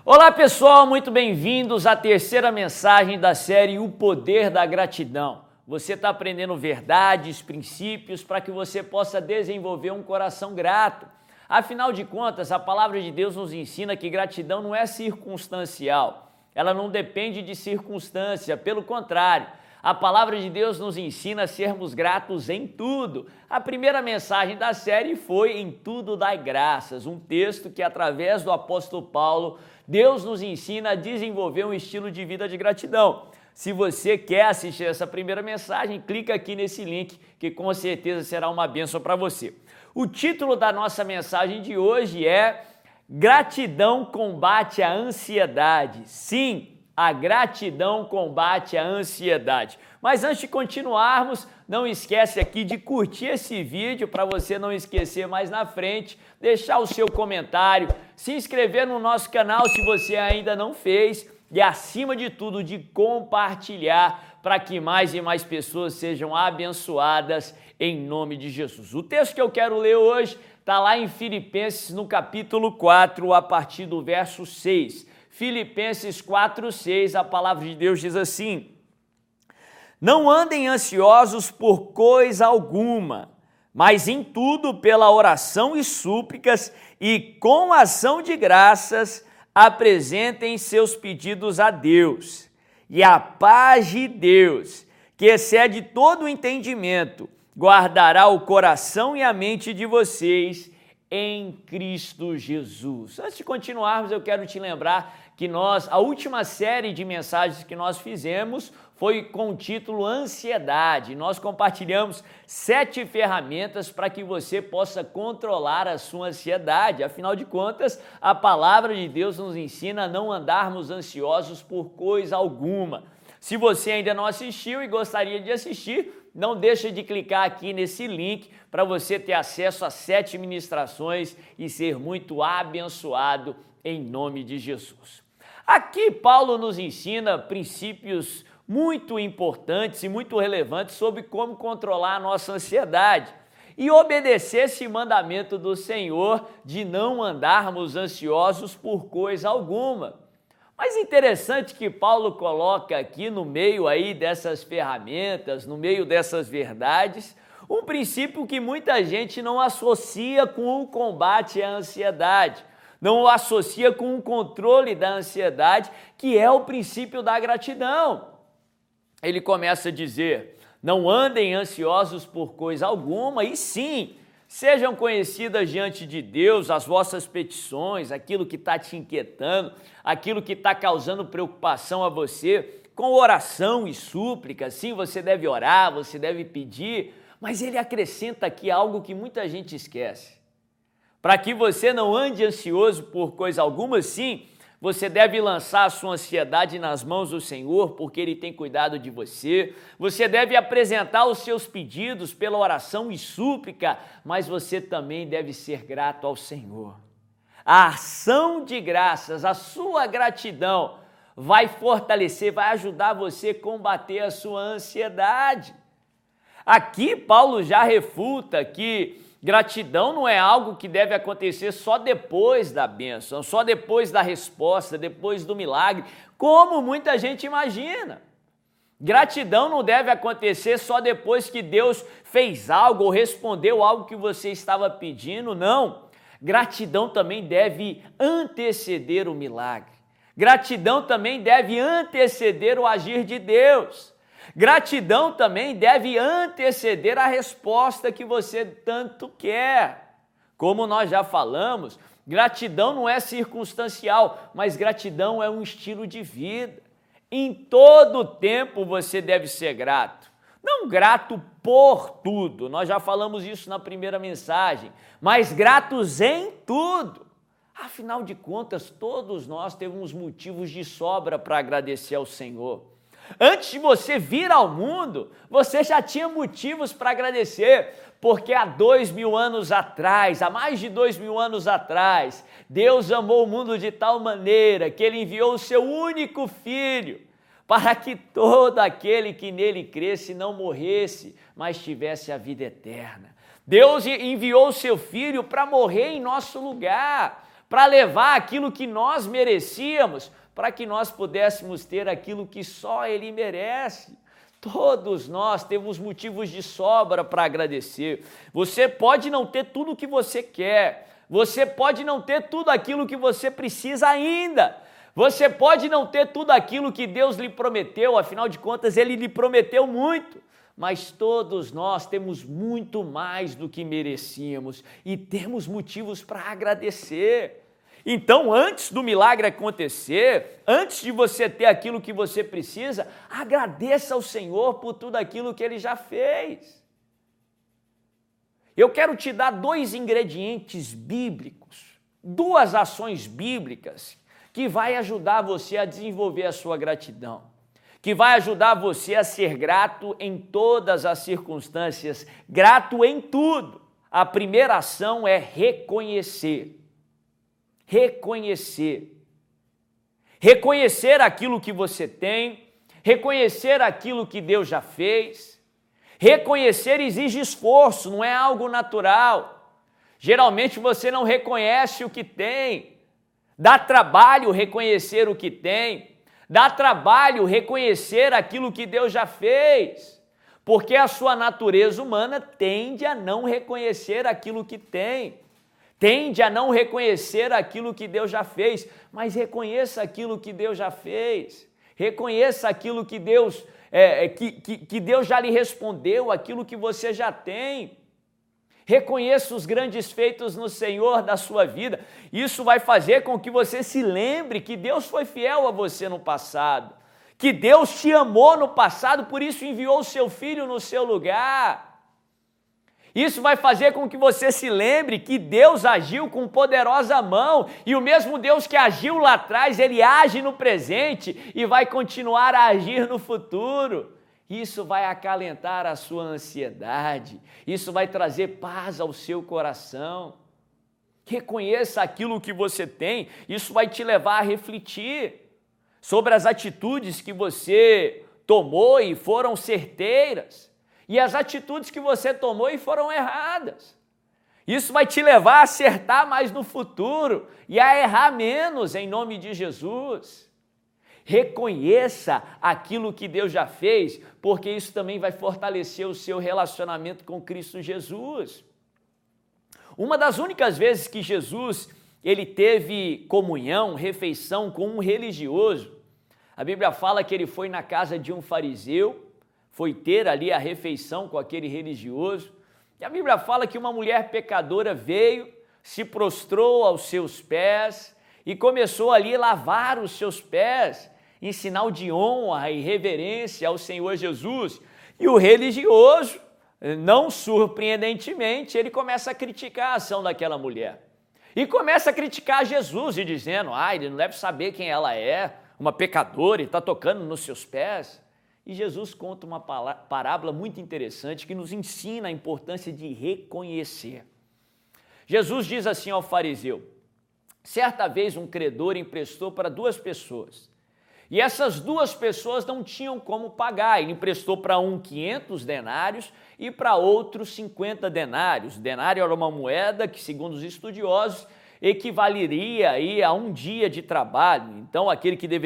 Olá pessoal, muito bem-vindos à terceira mensagem da série O Poder da Gratidão. Você está aprendendo verdades, princípios para que você possa desenvolver um coração grato. Afinal de contas, a palavra de Deus nos ensina que gratidão não é circunstancial, ela não depende de circunstância, pelo contrário. A palavra de Deus nos ensina a sermos gratos em tudo. A primeira mensagem da série foi Em Tudo Dai Graças, um texto que, através do apóstolo Paulo, Deus nos ensina a desenvolver um estilo de vida de gratidão. Se você quer assistir essa primeira mensagem, clica aqui nesse link que com certeza será uma bênção para você. O título da nossa mensagem de hoje é Gratidão combate a ansiedade. Sim, a gratidão combate a ansiedade. Mas antes de continuarmos, não esquece aqui de curtir esse vídeo para você não esquecer mais na frente, deixar o seu comentário, se inscrever no nosso canal se você ainda não fez e, acima de tudo, de compartilhar para que mais e mais pessoas sejam abençoadas em nome de Jesus. O texto que eu quero ler hoje está lá em Filipenses, no capítulo 4, a partir do verso 6. Filipenses 4:6, a palavra de Deus diz assim: Não andem ansiosos por coisa alguma, mas em tudo pela oração e súplicas e com ação de graças apresentem seus pedidos a Deus. E a paz de Deus, que excede todo o entendimento, guardará o coração e a mente de vocês em Cristo Jesus. Antes de continuarmos, eu quero te lembrar que a última série de mensagens que nós fizemos foi com o título Ansiedade. Nós compartilhamos 7 ferramentas para que você possa controlar a sua ansiedade. Afinal de contas, a palavra de Deus nos ensina a não andarmos ansiosos por coisa alguma. Se você ainda não assistiu e gostaria de assistir, não deixe de clicar aqui nesse link para você ter acesso a 7 ministrações e ser muito abençoado em nome de Jesus. Aqui Paulo nos ensina princípios muito importantes e muito relevantes sobre como controlar a nossa ansiedade e obedecer esse mandamento do Senhor de não andarmos ansiosos por coisa alguma. Mas interessante que Paulo coloca aqui no meio aí dessas ferramentas, no meio dessas verdades, um princípio que muita gente não associa com o combate à ansiedade, não o associa com o controle da ansiedade, que é o princípio da gratidão. Ele começa a dizer, não andem ansiosos por coisa alguma, e sim, sejam conhecidas diante de Deus as vossas petições, aquilo que está te inquietando, aquilo que está causando preocupação a você, com oração e súplica. Sim, você deve orar, você deve pedir, mas ele acrescenta aqui algo que muita gente esquece. Para que você não ande ansioso por coisa alguma, sim, você deve lançar a sua ansiedade nas mãos do Senhor, porque Ele tem cuidado de você. Você deve apresentar os seus pedidos pela oração e súplica, mas você também deve ser grato ao Senhor. A ação de graças, a sua gratidão vai fortalecer, vai ajudar você a combater a sua ansiedade. Aqui Paulo já refuta que gratidão não é algo que deve acontecer só depois da bênção, só depois da resposta, depois do milagre, como muita gente imagina. Gratidão não deve acontecer só depois que Deus fez algo ou respondeu algo que você estava pedindo, não. Gratidão também deve anteceder o milagre. Gratidão também deve anteceder o agir de Deus. Gratidão também deve anteceder a resposta que você tanto quer. Como nós já falamos, gratidão não é circunstancial, mas gratidão é um estilo de vida. Em todo tempo você deve ser grato. Não grato por tudo, nós já falamos isso na primeira mensagem, mas gratos em tudo. Afinal de contas, todos nós temos motivos de sobra para agradecer ao Senhor. Antes de você vir ao mundo, você já tinha motivos para agradecer, porque há 2000 anos atrás, há mais de 2000 anos atrás, Deus amou o mundo de tal maneira que Ele enviou o seu único Filho, para que todo aquele que nele cresce não morresse, mas tivesse a vida eterna. Deus enviou o seu Filho para morrer em nosso lugar, para levar aquilo que nós merecíamos, para que nós pudéssemos ter aquilo que só Ele merece. Todos nós temos motivos de sobra para agradecer. Você pode não ter tudo o que você quer, você pode não ter tudo aquilo que você precisa ainda, você pode não ter tudo aquilo que Deus lhe prometeu, afinal de contas, Ele lhe prometeu muito, mas todos nós temos muito mais do que merecíamos e temos motivos para agradecer. Então, antes do milagre acontecer, antes de você ter aquilo que você precisa, agradeça ao Senhor por tudo aquilo que Ele já fez. Eu quero te dar 2 ingredientes bíblicos, 2 ações bíblicas que vai ajudar você a desenvolver a sua gratidão, que vai ajudar você a ser grato em todas as circunstâncias, grato em tudo. A primeira ação é reconhecer. Reconhecer aquilo que você tem, reconhecer aquilo que Deus já fez. Reconhecer exige esforço, não é algo natural. Geralmente você não reconhece o que tem. Dá trabalho reconhecer o que tem. Dá trabalho reconhecer aquilo que Deus já fez. Porque a sua natureza humana tende a não reconhecer aquilo que tem. Tende a não reconhecer aquilo que Deus já fez, mas reconheça aquilo que Deus já fez, reconheça aquilo que Deus, que Deus já lhe respondeu, aquilo que você já tem. Reconheça os grandes feitos no Senhor da sua vida. Isso vai fazer com que você se lembre que Deus foi fiel a você no passado, que Deus te amou no passado, por isso enviou o seu Filho no seu lugar. Isso vai fazer com que você se lembre que Deus agiu com poderosa mão e o mesmo Deus que agiu lá atrás, Ele age no presente e vai continuar a agir no futuro. Isso vai acalentar a sua ansiedade, isso vai trazer paz ao seu coração. Reconheça aquilo que você tem, isso vai te levar a refletir sobre as atitudes que você tomou e foram certeiras. E as atitudes que você tomou e foram erradas. Isso vai te levar a acertar mais no futuro e a errar menos em nome de Jesus. Reconheça aquilo que Deus já fez, porque isso também vai fortalecer o seu relacionamento com Cristo Jesus. Uma das únicas vezes que Jesus ele teve comunhão, refeição com um religioso, a Bíblia fala que ele foi na casa de um fariseu, foi ter ali a refeição com aquele religioso, e a Bíblia fala que uma mulher pecadora veio, se prostrou aos seus pés e começou ali a lavar os seus pés, em sinal de honra e reverência ao Senhor Jesus. E o religioso, não surpreendentemente, ele começa a criticar a ação daquela mulher. E começa a criticar Jesus e dizendo, ele não deve saber quem ela é, uma pecadora e está tocando nos seus pés. E Jesus conta uma parábola muito interessante que nos ensina a importância de reconhecer. Jesus diz assim ao fariseu, certa vez um credor emprestou para 2 pessoas, e essas 2 pessoas não tinham como pagar, ele emprestou para um 500 denários e para outro 50 denários. O denário era uma moeda que, segundo os estudiosos, equivaleria aí a um dia de trabalho. Então, aquele que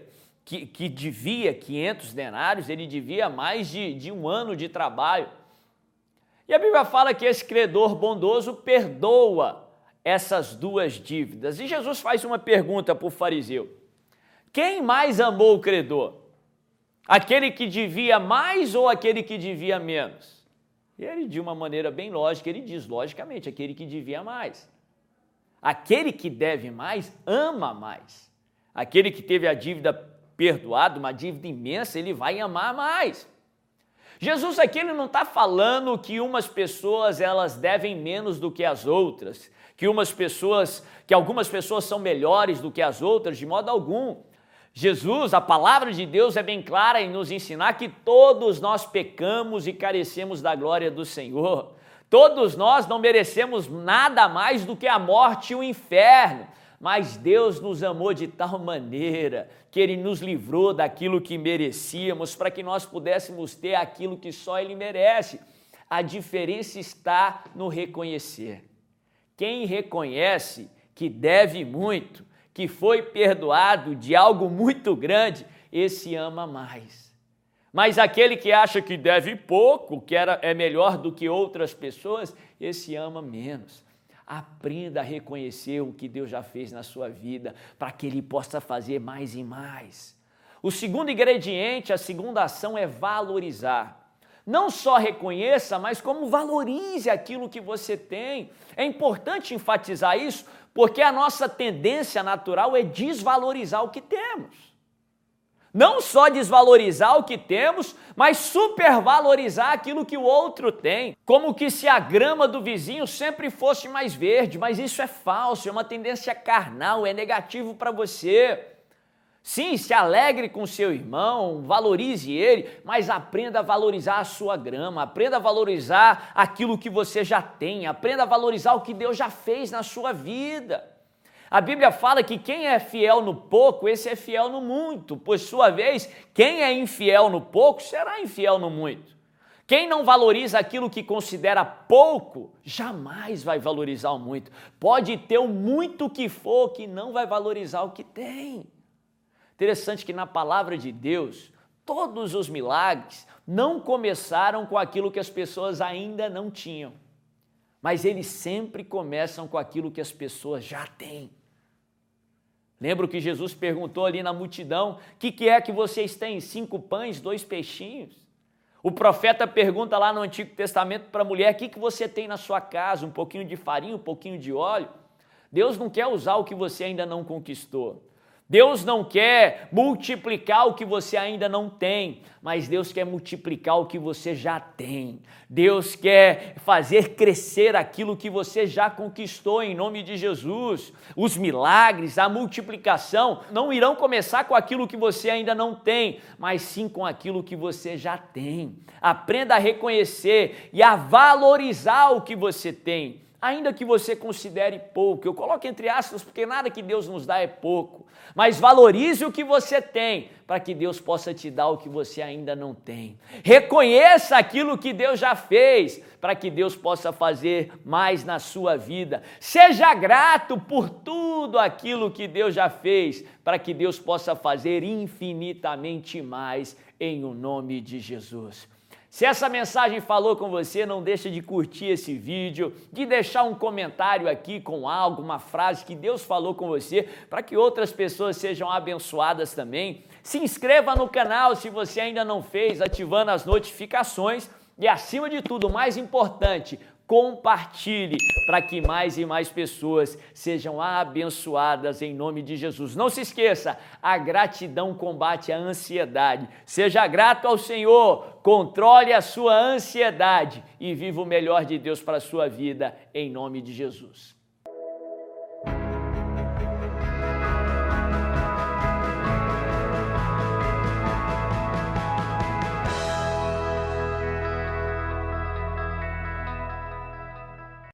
devia 500 denários, ele devia mais de um ano de trabalho. E a Bíblia fala que esse credor bondoso perdoa essas 2 dívidas. E Jesus faz uma pergunta para o fariseu. Quem mais amou o credor? Aquele que devia mais ou aquele que devia menos? E ele, de uma maneira bem lógica, ele diz, logicamente, aquele que devia mais. Aquele que deve mais, ama mais. Aquele que teve a dívida perdoado, uma dívida imensa, ele vai amar mais. Jesus aqui ele não está falando que umas pessoas elas devem menos do que as outras, que algumas pessoas são melhores do que as outras, de modo algum. Jesus, a palavra de Deus é bem clara em nos ensinar que todos nós pecamos e carecemos da glória do Senhor. Todos nós não merecemos nada mais do que a morte e o inferno. Mas Deus nos amou de tal maneira que Ele nos livrou daquilo que merecíamos para que nós pudéssemos ter aquilo que só Ele merece. A diferença está no reconhecer. Quem reconhece que deve muito, que foi perdoado de algo muito grande, esse ama mais. Mas aquele que acha que deve pouco, que é melhor do que outras pessoas, esse ama menos. Aprenda a reconhecer o que Deus já fez na sua vida, para que Ele possa fazer mais e mais. O segundo ingrediente, a segunda ação é valorizar. Não só reconheça, mas como valorize aquilo que você tem. É importante enfatizar isso, porque a nossa tendência natural é desvalorizar o que temos. Não só desvalorizar o que temos, mas supervalorizar aquilo que o outro tem. Como que se a grama do vizinho sempre fosse mais verde, mas isso é falso, é uma tendência carnal, é negativo para você. Sim, se alegre com seu irmão, valorize ele, mas aprenda a valorizar a sua grama, aprenda a valorizar aquilo que você já tem, aprenda a valorizar o que Deus já fez na sua vida. A Bíblia fala que quem é fiel no pouco, esse é fiel no muito. Por sua vez, quem é infiel no pouco, será infiel no muito. Quem não valoriza aquilo que considera pouco, jamais vai valorizar o muito. Pode ter o muito que for, que não vai valorizar o que tem. Interessante que na palavra de Deus, todos os milagres não começaram com aquilo que as pessoas ainda não tinham, mas eles sempre começam com aquilo que as pessoas já têm. Lembra que Jesus perguntou ali na multidão, o que é que vocês têm? 5 pães, 2 peixinhos? O profeta pergunta lá no Antigo Testamento para a mulher, o que você tem na sua casa? Um pouquinho de farinha, um pouquinho de óleo? Deus não quer usar o que você ainda não conquistou. Deus não quer multiplicar o que você ainda não tem, mas Deus quer multiplicar o que você já tem. Deus quer fazer crescer aquilo que você já conquistou em nome de Jesus. Os milagres, a multiplicação não irão começar com aquilo que você ainda não tem, mas sim com aquilo que você já tem. Aprenda a reconhecer e a valorizar o que você tem, ainda que você considere pouco. Eu coloco entre aspas porque nada que Deus nos dá é pouco, mas valorize o que você tem, para que Deus possa te dar o que você ainda não tem. Reconheça aquilo que Deus já fez, para que Deus possa fazer mais na sua vida. Seja grato por tudo aquilo que Deus já fez, para que Deus possa fazer infinitamente mais em o nome de Jesus. Se essa mensagem falou com você, não deixa de curtir esse vídeo, de deixar um comentário aqui com algo, uma frase que Deus falou com você, para que outras pessoas sejam abençoadas também. Se inscreva no canal se você ainda não fez, ativando as notificações e, acima de tudo, o mais importante, compartilhe para que mais e mais pessoas sejam abençoadas em nome de Jesus. Não se esqueça, a gratidão combate a ansiedade. Seja grato ao Senhor, controle a sua ansiedade e viva o melhor de Deus para a sua vida em nome de Jesus.